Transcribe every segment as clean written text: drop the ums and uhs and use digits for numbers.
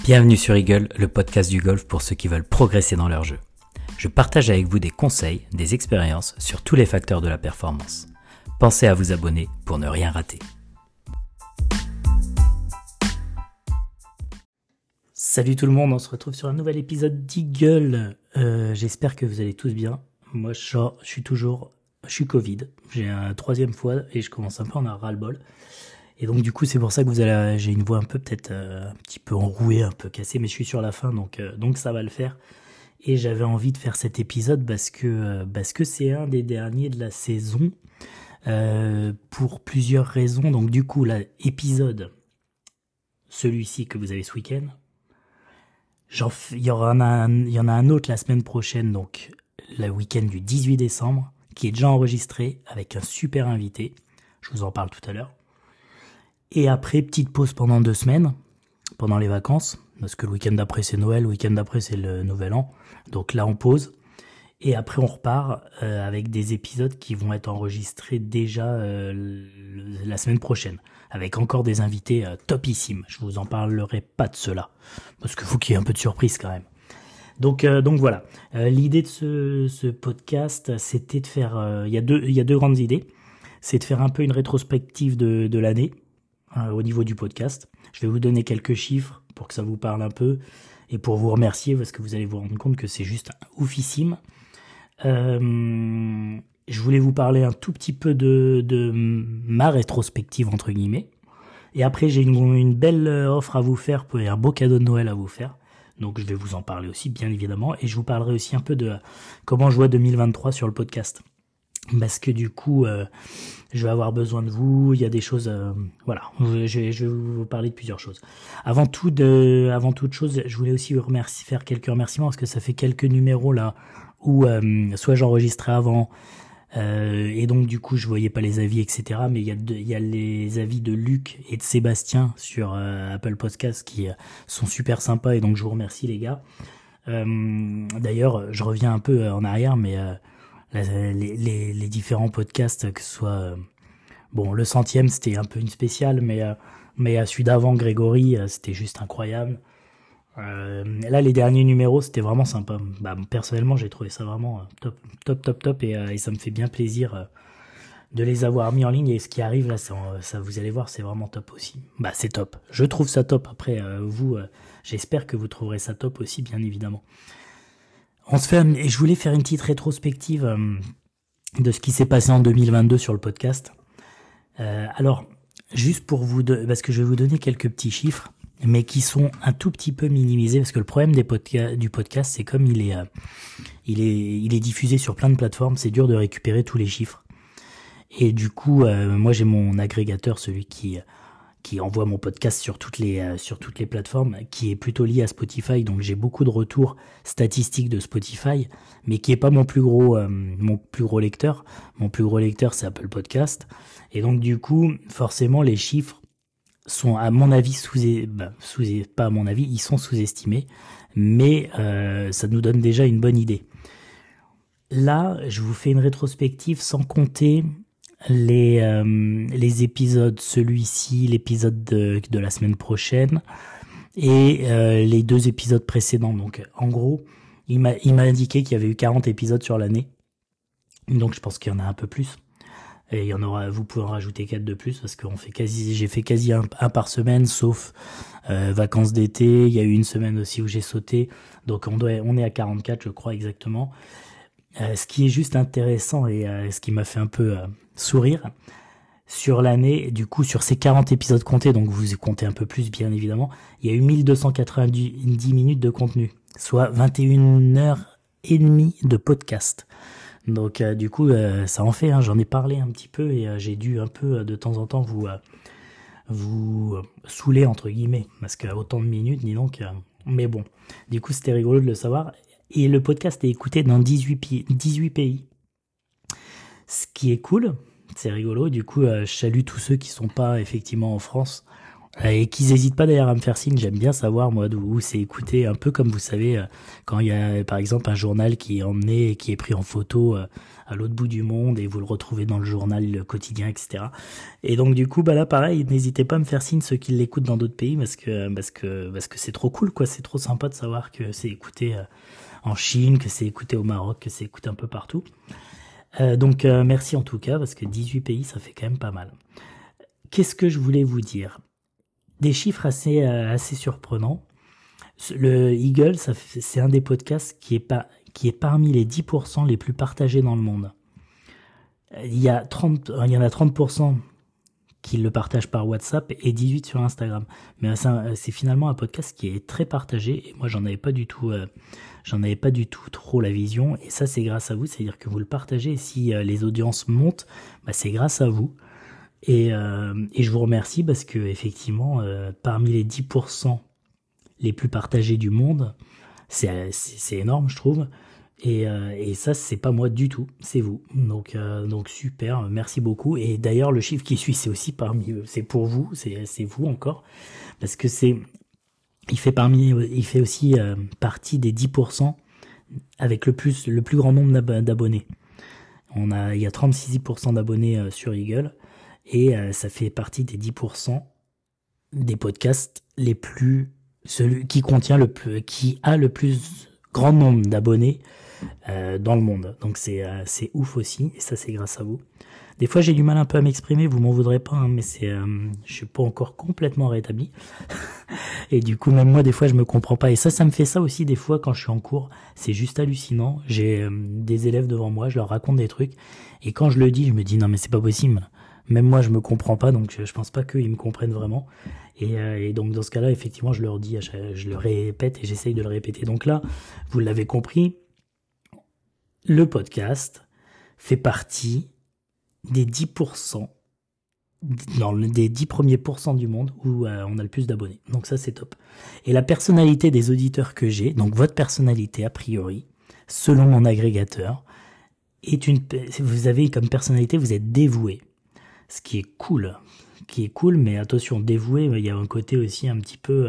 Bienvenue sur Eagle, le podcast du golf pour ceux qui veulent progresser dans leur jeu. Je partage avec vous des conseils, des expériences sur tous les facteurs de la performance. Pensez à vous abonner pour ne rien rater. Salut tout le monde, on se retrouve sur un nouvel épisode d'Eagle. J'espère que vous allez tous bien. Moi je suis Covid, j'ai un troisième fois et je commence un peu à en avoir ras-le-bol. Et donc du coup c'est pour ça que j'ai une voix un peu peut-être un petit peu enrouée, un peu cassée, mais je suis sur la fin donc ça va le faire. Et j'avais envie de faire cet épisode parce que c'est un des derniers de la saison pour plusieurs raisons. Donc du coup l'épisode, celui-ci que vous avez ce week-end, il y en a un autre la semaine prochaine, donc le week-end du 18 décembre, qui est déjà enregistré avec un super invité. Je vous en parle tout à l'heure. Et après, petite pause pendant 2 semaines, pendant les vacances, parce que le week-end d'après c'est Noël, le week-end d'après c'est le Nouvel An. Donc là on pause. Et après on repart avec des épisodes qui vont être enregistrés déjà la semaine prochaine. Avec encore des invités topissimes. Je vous en parlerai pas de cela. Parce qu'il faut qu'il y ait un peu de surprise quand même. Donc voilà. L'idée de ce podcast, c'était de faire... Il y a deux grandes idées. C'est de faire un peu une rétrospective de l'année. Au niveau du podcast. Je vais vous donner quelques chiffres pour que ça vous parle un peu et pour vous remercier parce que vous allez vous rendre compte que c'est juste oufissime. Je voulais vous parler un tout petit peu de ma rétrospective entre guillemets et après j'ai une belle offre à vous faire, un beau cadeau de Noël à vous faire. Donc je vais vous en parler aussi bien évidemment et je vous parlerai aussi un peu de comment je vois 2023 sur le podcast. Parce que du coup, je vais avoir besoin de vous. Il y a des choses, voilà. Je vais vous parler de plusieurs choses. Avant toute chose, je voulais aussi faire quelques remerciements parce que ça fait quelques numéros là où soit j'enregistrais avant et donc du coup je voyais pas les avis, etc. Mais il y a les avis de Luc et de Sébastien sur Apple Podcast qui sont super sympas et donc je vous remercie les gars. D'ailleurs, je reviens un peu en arrière, mais les différents podcasts, que ce soit le 100e c'était un peu une spéciale, mais à celui d'avant, Grégory, c'était juste incroyable. Là les derniers numéros c'était vraiment sympa. Personnellement j'ai trouvé ça vraiment top et ça me fait bien plaisir de les avoir mis en ligne. Et ce qui arrive là, ça vous allez voir, c'est vraiment top aussi. C'est top, je trouve ça top. Après vous, j'espère que vous trouverez ça top aussi, bien évidemment. Et je voulais faire une petite rétrospective de ce qui s'est passé en 2022 sur le podcast. Alors, juste pour parce que je vais vous donner quelques petits chiffres, mais qui sont un tout petit peu minimisés, parce que le problème du podcast, c'est comme il est diffusé sur plein de plateformes, c'est dur de récupérer tous les chiffres. Et du coup, moi j'ai mon agrégateur, celui qui envoie mon podcast sur toutes les plateformes, qui est plutôt lié à Spotify, donc j'ai beaucoup de retours statistiques de Spotify, mais qui est pas mon plus gros lecteur. Mon plus gros lecteur, c'est Apple Podcast, et donc du coup, forcément, les chiffres sont, à mon avis, pas à mon avis, ils sont sous-estimés, mais ça nous donne déjà une bonne idée. Là, je vous fais une rétrospective sans compter les épisodes, celui-ci, l'épisode de la semaine prochaine et les 2 épisodes précédents. Donc en gros, il m'a indiqué qu'il y avait eu 40 épisodes sur l'année. Donc je pense qu'il y en a un peu plus. Et il y en aura, vous pouvez en rajouter 4 de plus parce que j'ai fait quasi un par semaine, sauf vacances d'été. Il y a eu une semaine aussi où j'ai sauté. Donc on est à 44, je crois exactement. Ce qui est juste intéressant et ce qui m'a fait un peu sourire sur l'année, du coup sur ces 40 épisodes comptés, donc vous comptez un peu plus bien évidemment, il y a eu 1290 minutes de contenu, soit 21h30 de podcast. Donc du coup ça en fait, j'en ai parlé un petit peu et j'ai dû un peu de temps en temps vous saouler entre guillemets, parce qu'à autant de minutes, dis donc, mais bon, du coup c'était rigolo de le savoir. Et le podcast est écouté dans 18 pays. Ce qui est cool, c'est rigolo. Du coup, je salue tous ceux qui sont pas effectivement en France. Et qu'ils n'hésitent pas d'ailleurs à me faire signe, j'aime bien savoir moi d'où c'est écouté, un peu comme vous savez quand il y a par exemple un journal qui est emmené et qui est pris en photo à l'autre bout du monde et vous le retrouvez dans le journal quotidien, etc. Et donc du coup bah là pareil, n'hésitez pas à me faire signe ceux qui l'écoutent dans d'autres pays parce que c'est trop cool quoi, c'est trop sympa de savoir que c'est écouté en Chine, que c'est écouté au Maroc, que c'est écouté un peu partout. Donc merci en tout cas parce que 18 pays ça fait quand même pas mal. Qu'est-ce que je voulais vous dire? Des chiffres assez surprenants. Le Eagle, c'est un des podcasts qui est parmi les 10% les plus partagés dans le monde. Il y en a 30% qui le partagent par WhatsApp et 18 sur Instagram. Mais c'est finalement un podcast qui est très partagé et moi j'en avais pas du tout trop la vision et ça c'est grâce à vous, c'est-à-dire que vous le partagez et si les audiences montent, bah, c'est grâce à vous. Et je vous remercie parce que effectivement, parmi les 10% les plus partagés du monde, c'est énorme, je trouve. Et ça, c'est pas moi du tout, c'est vous. Donc super, merci beaucoup. Et d'ailleurs, le chiffre qui suit, c'est aussi parmi eux. C'est pour vous, c'est vous encore, parce que il fait aussi partie des 10% avec le plus grand nombre d'abonnés. Il y a 36% d'abonnés sur Eagle. Et ça fait partie des 10% des podcasts celui qui a le plus grand nombre d'abonnés dans le monde. Donc c'est ouf aussi, et ça c'est grâce à vous. Des fois j'ai du mal un peu à m'exprimer, vous m'en voudrez pas, hein, mais je suis pas encore complètement rétabli. Et du coup même moi des fois je me comprends pas. Et ça me fait ça aussi des fois quand je suis en cours. C'est juste hallucinant. J'ai des élèves devant moi, je leur raconte des trucs, et quand je le dis, je me dis non mais c'est pas possible. Même moi, je me comprends pas, donc je pense pas qu'ils me comprennent vraiment. Et donc dans ce cas-là, effectivement, je leur dis, je le répète et j'essaye de le répéter. Donc là, vous l'avez compris, le podcast fait partie des 10%, des 10 premiers pourcents du monde où on a le plus d'abonnés. Donc ça, c'est top. Et la personnalité des auditeurs que j'ai, donc votre personnalité a priori, selon mon agrégateur, vous avez comme personnalité, vous êtes dévoué. Ce qui est cool, mais attention, dévoué, il y a un côté aussi un petit peu,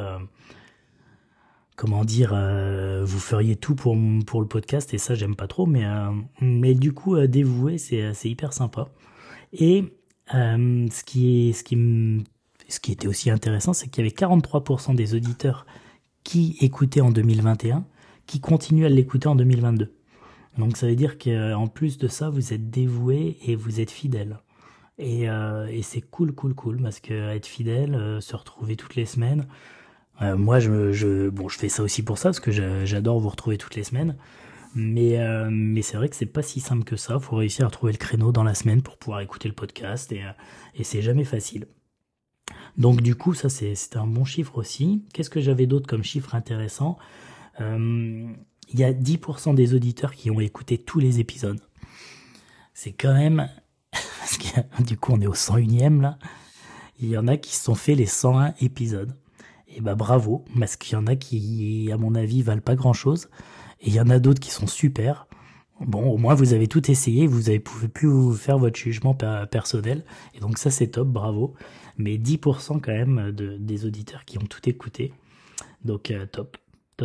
vous feriez tout pour le podcast, et ça j'aime pas trop, mais du coup, dévoué, c'est hyper sympa. Et ce qui était aussi intéressant, c'est qu'il y avait 43% des auditeurs qui écoutaient en 2021, qui continuent à l'écouter en 2022. Donc ça veut dire qu'en plus de ça, vous êtes dévoué et vous êtes fidèle. Et c'est cool, parce que être fidèle, se retrouver toutes les semaines. Moi, je fais ça aussi pour ça, parce que j'adore vous retrouver toutes les semaines. Mais c'est vrai que c'est pas si simple que ça. Faut réussir à trouver le créneau dans la semaine pour pouvoir écouter le podcast, et c'est jamais facile. Donc du coup, ça c'était un bon chiffre aussi. Qu'est-ce que j'avais d'autre comme chiffre intéressant? Il y a 10% des auditeurs qui ont écouté tous les épisodes. C'est quand même... Parce que du coup on est au 101e là, il y en a qui se sont fait les 101 épisodes, et bah bravo, parce qu'il y en a qui à mon avis valent pas grand chose, et il y en a d'autres qui sont super. Bon, au moins vous avez tout essayé, vous pouvez plus vous faire votre jugement personnel, et donc ça c'est top, bravo. Mais 10% quand même des auditeurs qui ont tout écouté, donc top.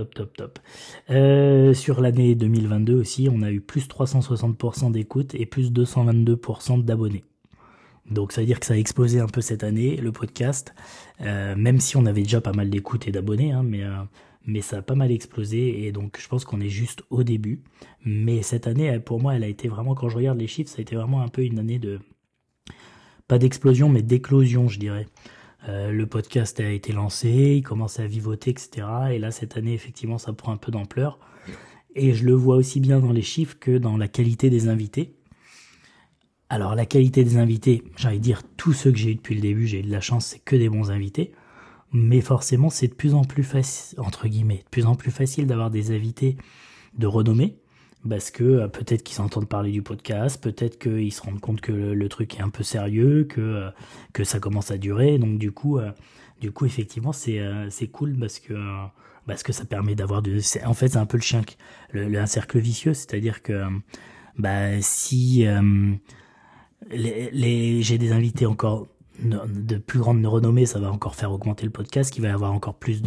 Sur l'année 2022 aussi, on a eu plus 360% d'écoute et plus 222% d'abonnés. Donc ça veut dire que ça a explosé un peu cette année, le podcast, même si on avait déjà pas mal d'écoutes et d'abonnés, hein, mais ça a pas mal explosé, et donc je pense qu'on est juste au début. Mais cette année, pour moi, elle a été vraiment, quand je regarde les chiffres, ça a été vraiment un peu une année pas d'explosion, mais d'éclosion, je dirais. Le podcast a été lancé, il commençait à vivoter, etc. Et là, cette année, effectivement, ça prend un peu d'ampleur. Et je le vois aussi bien dans les chiffres que dans la qualité des invités. Alors, la qualité des invités, j'ai envie de dire, tous ceux que j'ai eu depuis le début, j'ai eu de la chance, c'est que des bons invités. Mais forcément, c'est de plus en plus facile, entre guillemets, de plus en plus facile d'avoir des invités de renommée. Parce que peut-être qu'ils entendent parler du podcast, peut-être qu'ils se rendent compte que le truc est un peu sérieux, que ça commence à durer. Donc du coup effectivement c'est cool parce que ça permet d'avoir en fait c'est un peu un cercle vicieux, c'est-à-dire que si j'ai des invités encore de plus grande renommée, ça va encore faire augmenter le podcast, qu'il va y avoir encore plus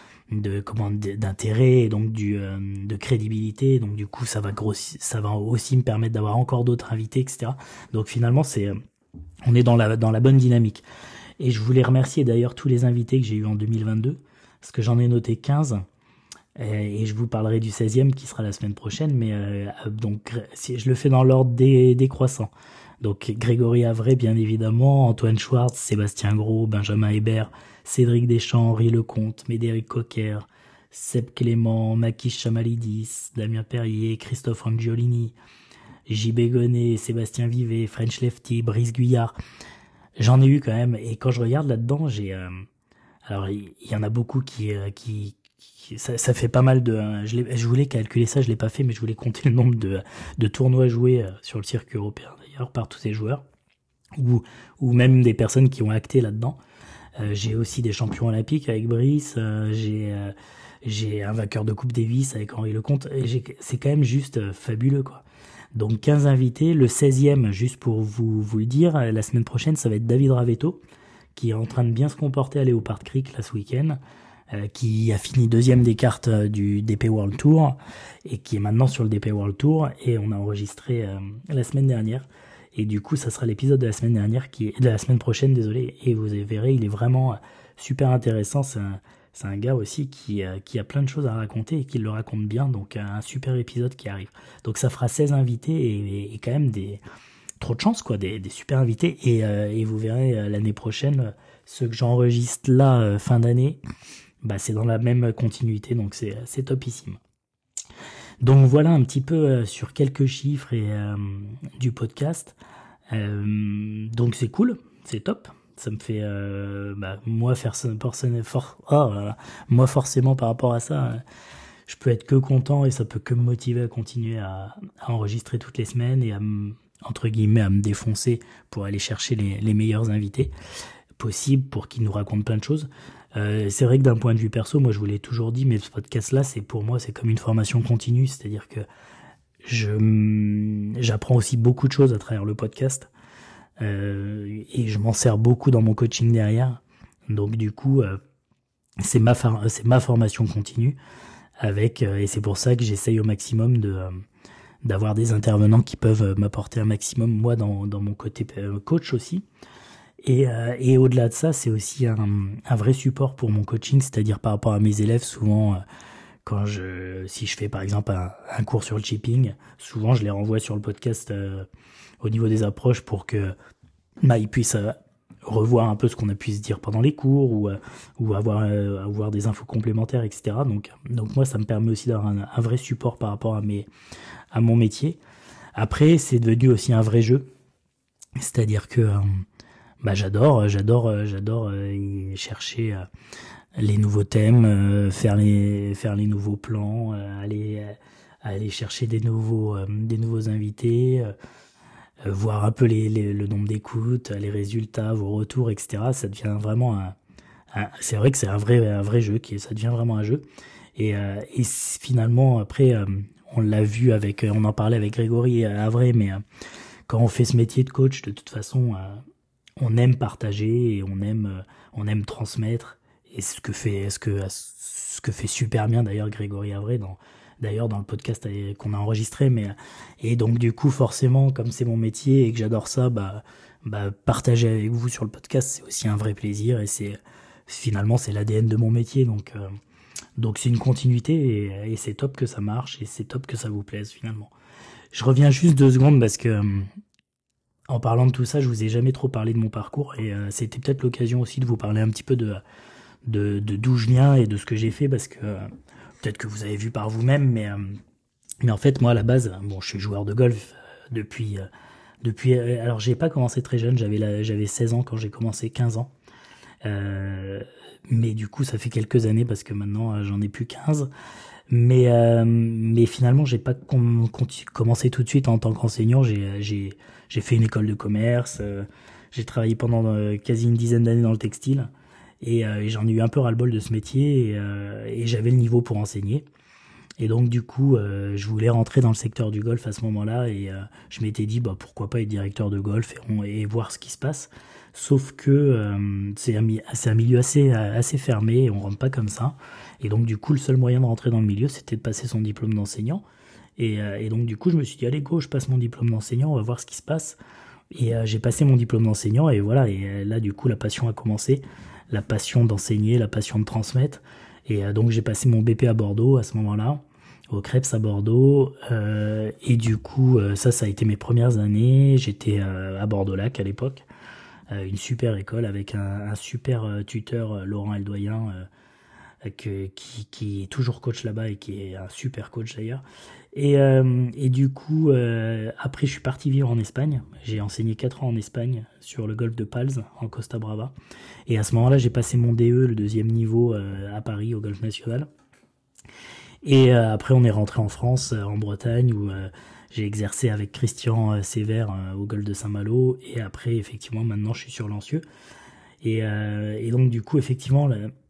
d'intérêt et donc de crédibilité. Donc du coup, ça va aussi me permettre d'avoir encore d'autres invités, etc. Donc finalement, on est dans la bonne dynamique. Et je voulais remercier d'ailleurs tous les invités que j'ai eu en 2022, parce que j'en ai noté 15. Et je vous parlerai du 16e qui sera la semaine prochaine, mais donc je le fais dans l'ordre décroissant. Donc Grégory Avray, bien évidemment, Antoine Schwartz, Sébastien Gros, Benjamin Hébert, Cédric Deschamps, Henri Lecomte, Médéric Cocker, Seb Clément, Makis Chamalidis, Damien Perrier, Christophe Angiolini, JB Gonnet, Sébastien Vivet, French Lefty, Brice Guyard. J'en ai eu quand même, et quand je regarde là-dedans, alors il y en a beaucoup qui ça fait pas mal je voulais calculer ça, je l'ai pas fait, mais je voulais compter le nombre de tournois joués sur le circuit européen d'ailleurs par tous ces joueurs, ou même des personnes qui ont acté là-dedans. J'ai aussi des champions olympiques avec Brice, j'ai un vainqueur de Coupe Davis avec Henri Lecomte, et c'est quand même juste fabuleux, quoi. Donc 15 invités, le 16e, juste pour vous le dire, la semaine prochaine, ça va être David Ravetto, qui est en train de bien se comporter à Leopard Creek là ce week-end, qui a fini 2e des cartes du DP World Tour, et qui est maintenant sur le DP World Tour, et on a enregistré la semaine dernière. Et du coup, ça sera l'épisode de la semaine dernière, de la semaine prochaine, désolé. Et vous verrez, il est vraiment super intéressant. C'est un gars aussi qui a plein de choses à raconter et qui le raconte bien. Donc, un super épisode qui arrive. Donc, ça fera 16 invités et quand même trop de chance, quoi, des super invités. Et vous verrez l'année prochaine, ceux que j'enregistre là, fin d'année, c'est dans la même continuité. Donc, c'est topissime. Donc voilà un petit peu sur quelques chiffres du podcast. Donc c'est cool, c'est top. Ça me fait moi moi forcément par rapport à ça, je peux être que content et ça peut que me motiver à continuer à enregistrer toutes les semaines et entre guillemets à me défoncer pour aller chercher les meilleurs invités possibles pour qu'ils nous racontent plein de choses. C'est vrai que d'un point de vue perso, moi je vous l'ai toujours dit, mais ce podcast-là, pour moi, c'est comme une formation continue, c'est-à-dire que j'apprends aussi beaucoup de choses à travers le podcast, et je m'en sers beaucoup dans mon coaching derrière. Donc du coup, c'est ma formation continue et c'est pour ça que j'essaye au maximum d'avoir des intervenants qui peuvent m'apporter un maximum, moi, dans mon côté coach aussi. Et au-delà de ça, c'est aussi un vrai support pour mon coaching, c'est-à-dire par rapport à mes élèves. Souvent, si je fais par exemple un cours sur le chipping, souvent je les renvoie sur le podcast au niveau des approches pour que ils puissent revoir un peu ce qu'on a pu se dire pendant les cours ou avoir des infos complémentaires, etc. Donc moi, ça me permet aussi d'avoir un vrai support par rapport à mon métier. Après, c'est devenu aussi un vrai jeu, c'est-à-dire que j'adore chercher les nouveaux thèmes, faire les nouveaux plans, aller chercher des nouveaux invités, voir un peu le nombre d'écoutes, les résultats, vos retours, etc. Ça devient vraiment c'est vrai que c'est un vrai jeu, ça devient vraiment un jeu. Et finalement, après, on l'a vu on en parlait avec Grégory Avray, mais quand on fait ce métier de coach, de toute façon, on aime partager et on aime transmettre, et ce que fait super bien d'ailleurs Grégory Avray dans le podcast qu'on a enregistré. Et donc du coup, forcément, comme c'est mon métier et que j'adore ça, partager avec vous sur le podcast, c'est aussi un vrai plaisir, et finalement c'est l'ADN de mon métier. Donc c'est une continuité, et c'est top que ça marche, et c'est top que ça vous plaise finalement. Je reviens juste 2 secondes parce que en parlant de tout ça, je vous ai jamais trop parlé de mon parcours, et c'était peut-être l'occasion aussi de vous parler un petit peu de d'où je viens et de ce que j'ai fait, parce que peut-être que vous avez vu par vous-même, mais en fait, moi à la base, je suis joueur de golf depuis alors j'ai pas commencé très jeune, j'avais 16 ans quand j'ai commencé, 15 ans. Mais du coup, ça fait quelques années parce que maintenant j'en ai plus 15. Mais finalement, j'ai pas commencé tout de suite en tant qu'enseignant. J'ai fait une école de commerce. J'ai travaillé pendant quasi une dizaine d'années dans le textile, et j'en ai eu un peu ras-le-bol de ce métier, et j'avais le niveau pour enseigner. Et donc du coup, je voulais rentrer dans le secteur du golf à ce moment-là et je m'étais dit pourquoi pas être directeur de golf et voir ce qui se passe. Sauf que c'est un milieu assez fermé et on rentre pas comme ça. Et donc du coup, le seul moyen de rentrer dans le milieu, c'était de passer son diplôme d'enseignant. Et donc du coup, je me suis dit allez go, je passe mon diplôme d'enseignant, on va voir ce qui se passe. Et j'ai passé mon diplôme d'enseignant et voilà. Et là du coup, la passion a commencé, la passion d'enseigner, la passion de transmettre. Et donc j'ai passé mon BP à Bordeaux à ce moment-là, au Crêpes à Bordeaux. Et du coup, ça a été mes premières années. J'étais à Bordeaux-Lac à l'époque, une super école avec un super tuteur, Laurent Eldoyen, qui est toujours coach là-bas et qui est un super coach d'ailleurs. Et du coup, après, je suis parti vivre en Espagne. J'ai enseigné 4 ans en Espagne sur le golfe de Pals, en Costa Brava. Et à ce moment-là, j'ai passé mon DE, le 2e niveau, à Paris, au Golfe National. Et après, on est rentré en France, en Bretagne, où j'ai exercé avec Christian Sévère au golfe de Saint-Malo. Et après, effectivement, maintenant, je suis sur Lancieux. Et donc, du coup, effectivement,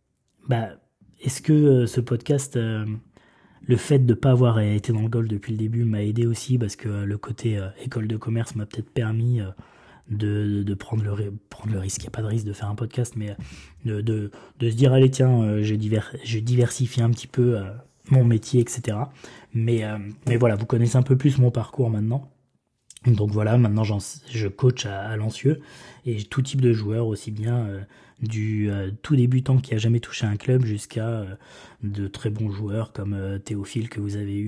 est-ce que ce podcast, le fait de ne pas avoir été dans le golf depuis le début m'a aidé aussi parce que le côté école de commerce m'a peut-être permis de prendre le risque, il n'y a pas de risque de faire un podcast, mais de se dire allez tiens, je diversifie un petit peu mon métier, etc. Mais voilà, vous connaissez un peu plus mon parcours maintenant. Donc voilà, maintenant je coach à Lancieux et tout type de joueurs, aussi bien du tout débutant qui a jamais touché un club jusqu'à de très bons joueurs comme Théophile que vous avez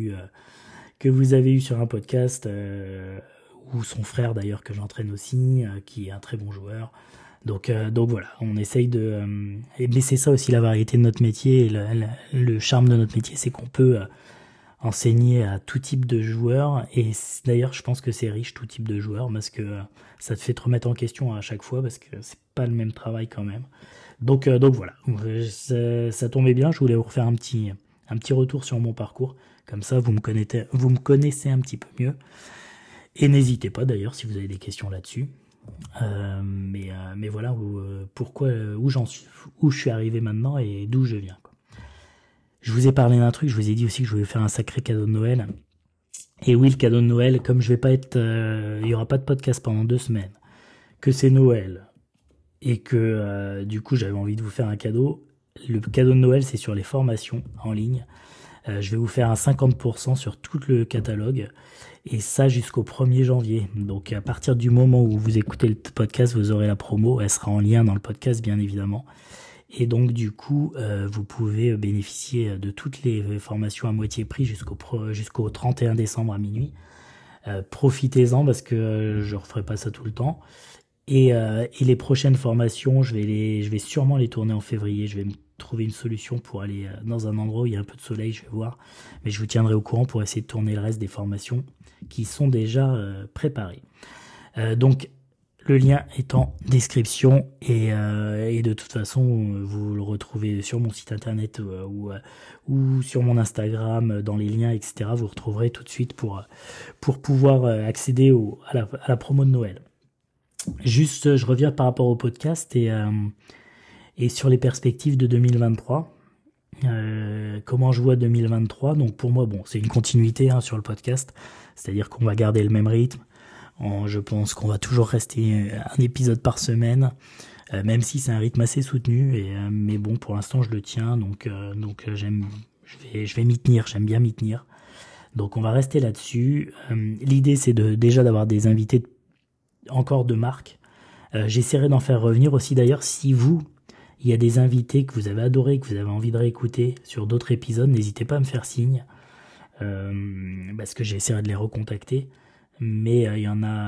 eu sur un podcast, ou son frère d'ailleurs que j'entraîne aussi, qui est un très bon joueur. Donc voilà, on essaye mais c'est ça aussi la variété de notre métier et le charme de notre métier, c'est qu'on peut enseigner à tout type de joueurs, et d'ailleurs je pense que c'est riche tout type de joueurs parce que ça te fait te remettre en question à chaque fois parce que c'est pas le même travail quand même. Donc voilà, ça tombait bien, je voulais vous refaire un petit retour sur mon parcours, comme ça vous me connaissez un petit peu mieux, et n'hésitez pas d'ailleurs si vous avez des questions là-dessus. Mais voilà où je suis arrivé maintenant et d'où je viens, quoi. Je vous ai parlé d'un truc, je vous ai dit aussi que je voulais faire un sacré cadeau de Noël. Et oui, le cadeau de Noël, comme je vais pas être, il y aura pas de podcast pendant 2 semaines, que c'est Noël, et que du coup j'avais envie de vous faire un cadeau. Le cadeau de Noël, c'est sur les formations en ligne. Je vais vous faire un 50% sur tout le catalogue, et ça jusqu'au 1er janvier. Donc à partir du moment où vous écoutez le podcast, vous aurez la promo, elle sera en lien dans le podcast bien évidemment. Et donc du coup, vous pouvez bénéficier de toutes les formations à moitié prix jusqu'au 31 décembre à minuit. Profitez-en parce que je referai pas ça tout le temps. Et les prochaines formations, je vais sûrement les tourner en février. Je vais me trouver une solution pour aller dans un endroit où il y a un peu de soleil, je vais voir. Mais je vous tiendrai au courant pour essayer de tourner le reste des formations qui sont déjà préparées. Donc le lien est en description et de toute façon vous le retrouvez sur mon site internet ou sur mon Instagram dans les liens, etc. Vous retrouverez tout de suite pour pouvoir accéder à la promo de Noël. Juste, je reviens par rapport au podcast et sur les perspectives de 2023. Comment je vois 2023. Donc pour moi, c'est une continuité sur le podcast, c'est-à-dire qu'on va garder le même rythme. Je pense qu'on va toujours rester un épisode par semaine, même si c'est un rythme assez soutenu. Mais bon, pour l'instant, je le tiens, donc je vais m'y tenir. J'aime bien m'y tenir. Donc on va rester là-dessus. L'idée, c'est déjà d'avoir des invités encore de marque. J'essaierai d'en faire revenir aussi. D'ailleurs, si il y a des invités que vous avez adorés, que vous avez envie de réécouter sur d'autres épisodes, n'hésitez pas à me faire signe, parce que j'essaierai de les recontacter. Mais il y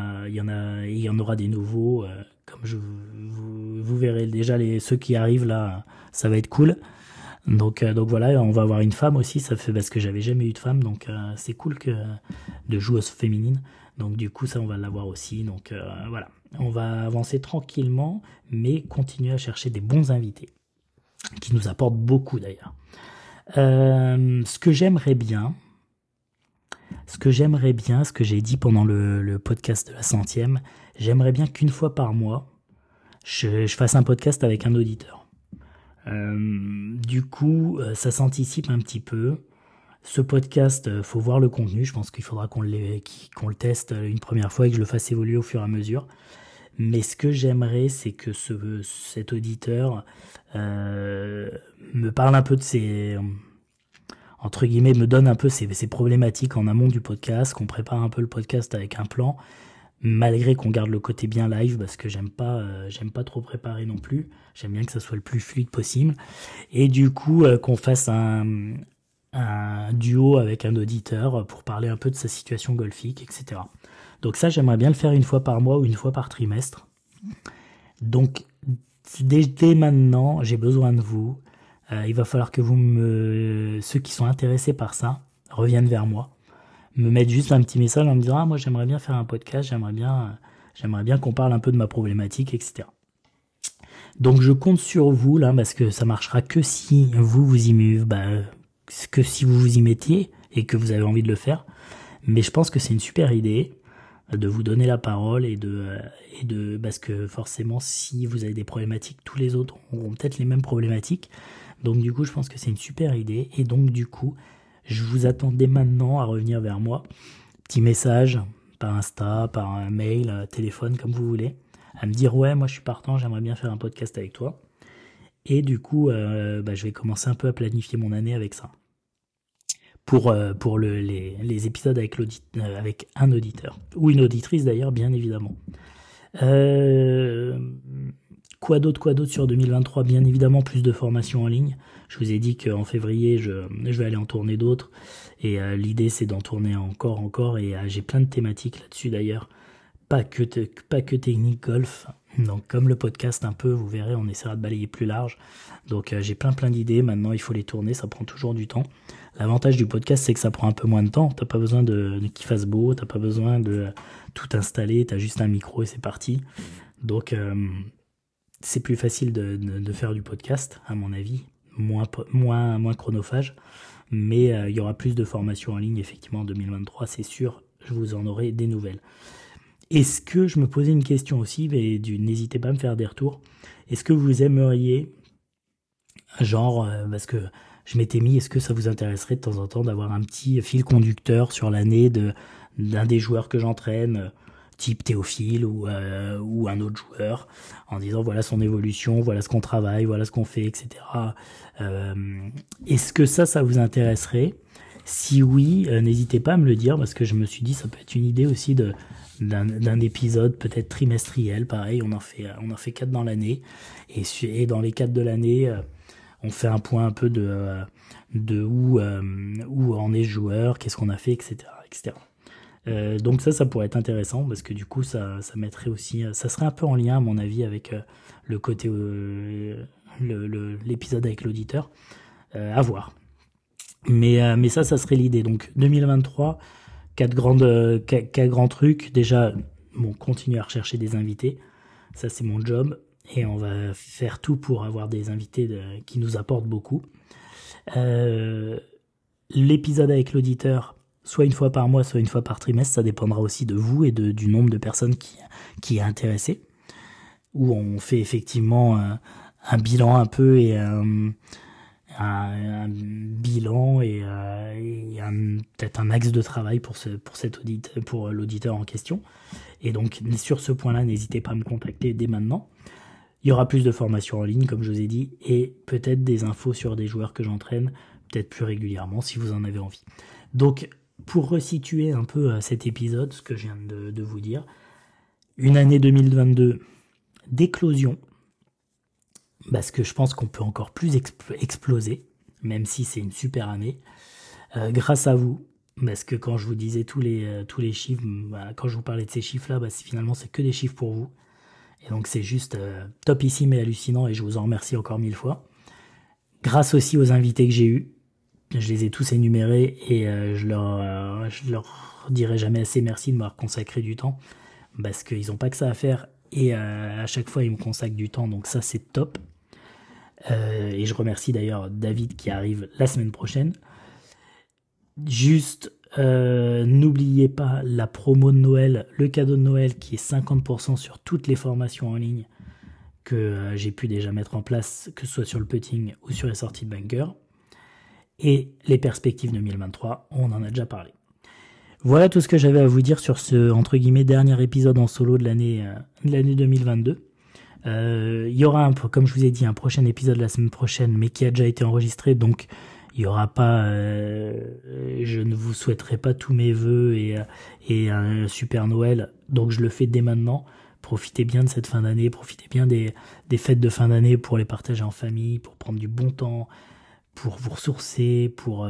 en aura des nouveaux, comme vous verrez déjà ceux qui arrivent là, ça va être cool. Donc voilà, on va avoir une femme aussi, ça fait parce que j'avais jamais eu de femme, donc c'est cool de joueuse féminine. Donc du coup ça on va l'avoir aussi. Donc voilà, on va avancer tranquillement, mais continuer à chercher des bons invités qui nous apportent beaucoup d'ailleurs. Ce que j'aimerais bien, ce que j'ai dit pendant le podcast de la 100e, j'aimerais bien qu'une fois par mois, je fasse un podcast avec un auditeur. Du coup, ça s'anticipe un petit peu. Ce podcast, faut voir le contenu. Je pense qu'il faudra qu'on le teste une première fois et que je le fasse évoluer au fur et à mesure. Mais ce que j'aimerais, c'est que cet auditeur me parle un peu de ses, entre guillemets, me donne un peu ses problématiques en amont du podcast, qu'on prépare un peu le podcast avec un plan, malgré qu'on garde le côté bien live, parce que j'aime pas trop préparer non plus. J'aime bien que ça soit le plus fluide possible. Et du coup, qu'on fasse un duo avec un auditeur pour parler un peu de sa situation golfique, etc. Donc ça, j'aimerais bien le faire une fois par mois ou une fois par trimestre. Donc, dès maintenant, j'ai besoin de vous. Il va falloir que ceux qui sont intéressés par ça, reviennent vers moi. Me mettre juste un petit message en me disant « Ah, moi, j'aimerais bien faire un podcast, j'aimerais bien qu'on parle un peu de ma problématique, etc. » Donc, je compte sur vous, là, parce que ça marchera que si vous y mettiez et que vous avez envie de le faire. Mais je pense que c'est une super idée de vous donner la parole et parce que forcément, si vous avez des problématiques, tous les autres auront peut-être les mêmes problématiques. Donc du coup, je pense que c'est une super idée. Et donc du coup, je vous attends dès maintenant à revenir vers moi. Petit message par Insta, par un mail, téléphone, comme vous voulez, à me dire ouais, moi je suis partant, j'aimerais bien faire un podcast avec toi. Et du coup, je vais commencer un peu à planifier mon année avec ça. Pour les épisodes avec un auditeur. Ou une auditrice d'ailleurs, bien évidemment. Quoi d'autre sur 2023? Bien évidemment, plus de formations en ligne. Je vous ai dit qu'en février, je vais aller en tourner d'autres. Et l'idée, c'est d'en tourner encore. Et j'ai plein de thématiques là-dessus d'ailleurs. Pas que technique golf. Donc comme le podcast un peu, vous verrez, on essaiera de balayer plus large. Donc j'ai plein d'idées. Maintenant, il faut les tourner. Ça prend toujours du temps. L'avantage du podcast, c'est que ça prend un peu moins de temps. T'as pas besoin de qu'il fasse beau. T'as pas besoin de tout installer. T'as juste un micro et c'est parti. Donc c'est plus facile de faire du podcast, à mon avis. Moins chronophage. Mais il y aura plus de formations en ligne, effectivement, en 2023, c'est sûr. Je vous en aurai des nouvelles. Est-ce que je me posais une question aussi, mais n'hésitez pas à me faire des retours. Est-ce que vous aimeriez, parce que je m'étais mis, est-ce que ça vous intéresserait de temps en temps d'avoir un petit fil conducteur sur l'année d'un des joueurs que j'entraîne, type Théophile ou un autre joueur, en disant voilà son évolution, voilà ce qu'on travaille, voilà ce qu'on fait, etc. Est-ce que ça vous intéresserait? Si oui, n'hésitez pas à me le dire, parce que je me suis dit ça peut être une idée aussi d'un épisode peut-être trimestriel. Pareil, on en fait 4 dans l'année, et dans les 4 de l'année, on fait un point un peu de où en est le joueur, qu'est-ce qu'on a fait, etc. Donc ça pourrait être intéressant, parce que du coup ça mettrait aussi, ça serait un peu en lien à mon avis avec le côté l'épisode avec l'auditeur, à voir. Mais ça serait l'idée. Donc 2023, quatre grands trucs. Déjà, continuer à rechercher des invités, ça c'est mon job, et on va faire tout pour avoir des invités qui nous apportent beaucoup. L'épisode avec l'auditeur, soit une fois par mois, soit une fois par trimestre, ça dépendra aussi de vous et du nombre de personnes qui est intéressé, où on fait effectivement un bilan un peu, et un bilan et peut-être un axe de travail pour l'auditeur en question. Et donc sur ce point-là, n'hésitez pas à me contacter dès maintenant. Il y aura plus de formations en ligne, comme je vous ai dit, et peut-être des infos sur des joueurs que j'entraîne, peut-être plus régulièrement si vous en avez envie. Donc pour resituer un peu cet épisode, ce que je viens de vous dire, une année 2022 d'éclosion, parce que je pense qu'on peut encore plus exploser, même si c'est une super année, grâce à vous, parce que quand je vous disais tous les chiffres, quand je vous parlais de ces chiffres-là, finalement c'est que des chiffres pour vous, et donc c'est juste topissime et hallucinant, et je vous en remercie encore 1000 fois. Grâce aussi aux invités que j'ai eus, je les ai tous énumérés, et je leur dirai jamais assez merci de m'avoir consacré du temps, parce qu'ils n'ont pas que ça à faire, et à chaque fois ils me consacrent du temps, donc ça c'est top. Et je remercie d'ailleurs David qui arrive la semaine prochaine. Juste, n'oubliez pas la promo de Noël, le cadeau de Noël qui est 50% sur toutes les formations en ligne que j'ai pu déjà mettre en place, que ce soit sur le putting ou sur les sorties de bunker. Et les perspectives 2023, on en a déjà parlé. Voilà tout ce que j'avais à vous dire sur ce, entre guillemets, dernier épisode en solo de l'année 2022. Il y aura, comme je vous ai dit, un prochain épisode la semaine prochaine, mais qui a déjà été enregistré, donc il y aura pas, je ne vous souhaiterai pas tous mes vœux et un super Noël, donc je le fais dès maintenant. Profitez bien de cette fin d'année, profitez bien des fêtes de fin d'année pour les partager en famille, pour prendre du bon temps, pour vous ressourcer, pour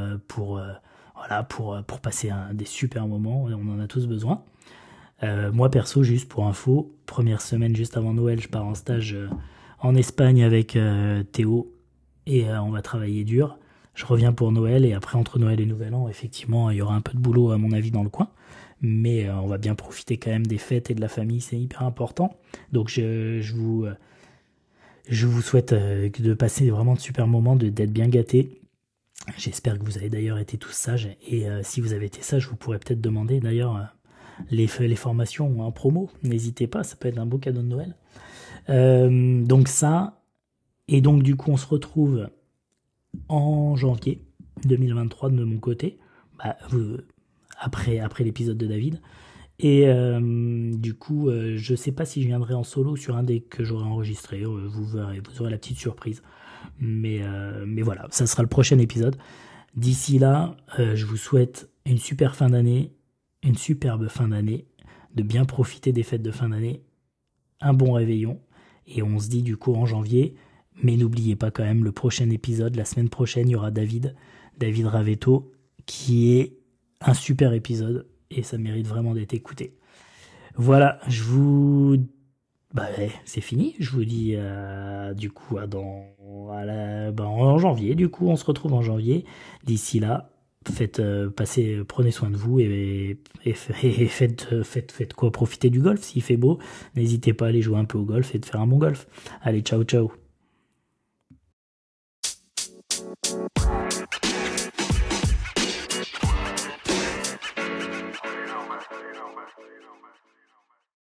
passer des super moments. On en a tous besoin. Moi perso, juste pour info, première semaine juste avant Noël, je pars en stage en Espagne avec Théo et on va travailler dur. Je reviens pour Noël et après entre Noël et Nouvel An, effectivement, il y aura un peu de boulot à mon avis dans le coin. Mais on va bien profiter quand même des fêtes et de la famille, c'est hyper important. Donc je vous souhaite de passer vraiment de super moments, d'être bien gâtés. J'espère que vous avez d'ailleurs été tous sages. Et si vous avez été sages, vous pourrez peut-être demander d'ailleurs les formations en promo. N'hésitez pas, ça peut être un beau cadeau de Noël. Donc ça, et donc du coup on se retrouve en janvier 2023 de mon côté, après l'épisode de David. Et du coup, je sais pas si je viendrai en solo sur un des que j'aurai enregistré. Vous verrez, vous aurez la petite surprise. Mais voilà, ça sera le prochain épisode. D'ici là, je vous souhaite une super fin d'année, une superbe fin d'année, de bien profiter des fêtes de fin d'année, un bon réveillon. Et on se dit du coup en janvier. Mais n'oubliez pas quand même le prochain épisode, la semaine prochaine, il y aura David Ravetto, qui est un super épisode et ça mérite vraiment d'être écouté. Voilà, c'est fini. Je vous dis du coup en janvier. Du coup, on se retrouve en janvier. D'ici là, prenez soin de vous et faites quoi, profiter du golf s'il fait beau. N'hésitez pas à aller jouer un peu au golf et de faire un bon golf. Allez, ciao ciao.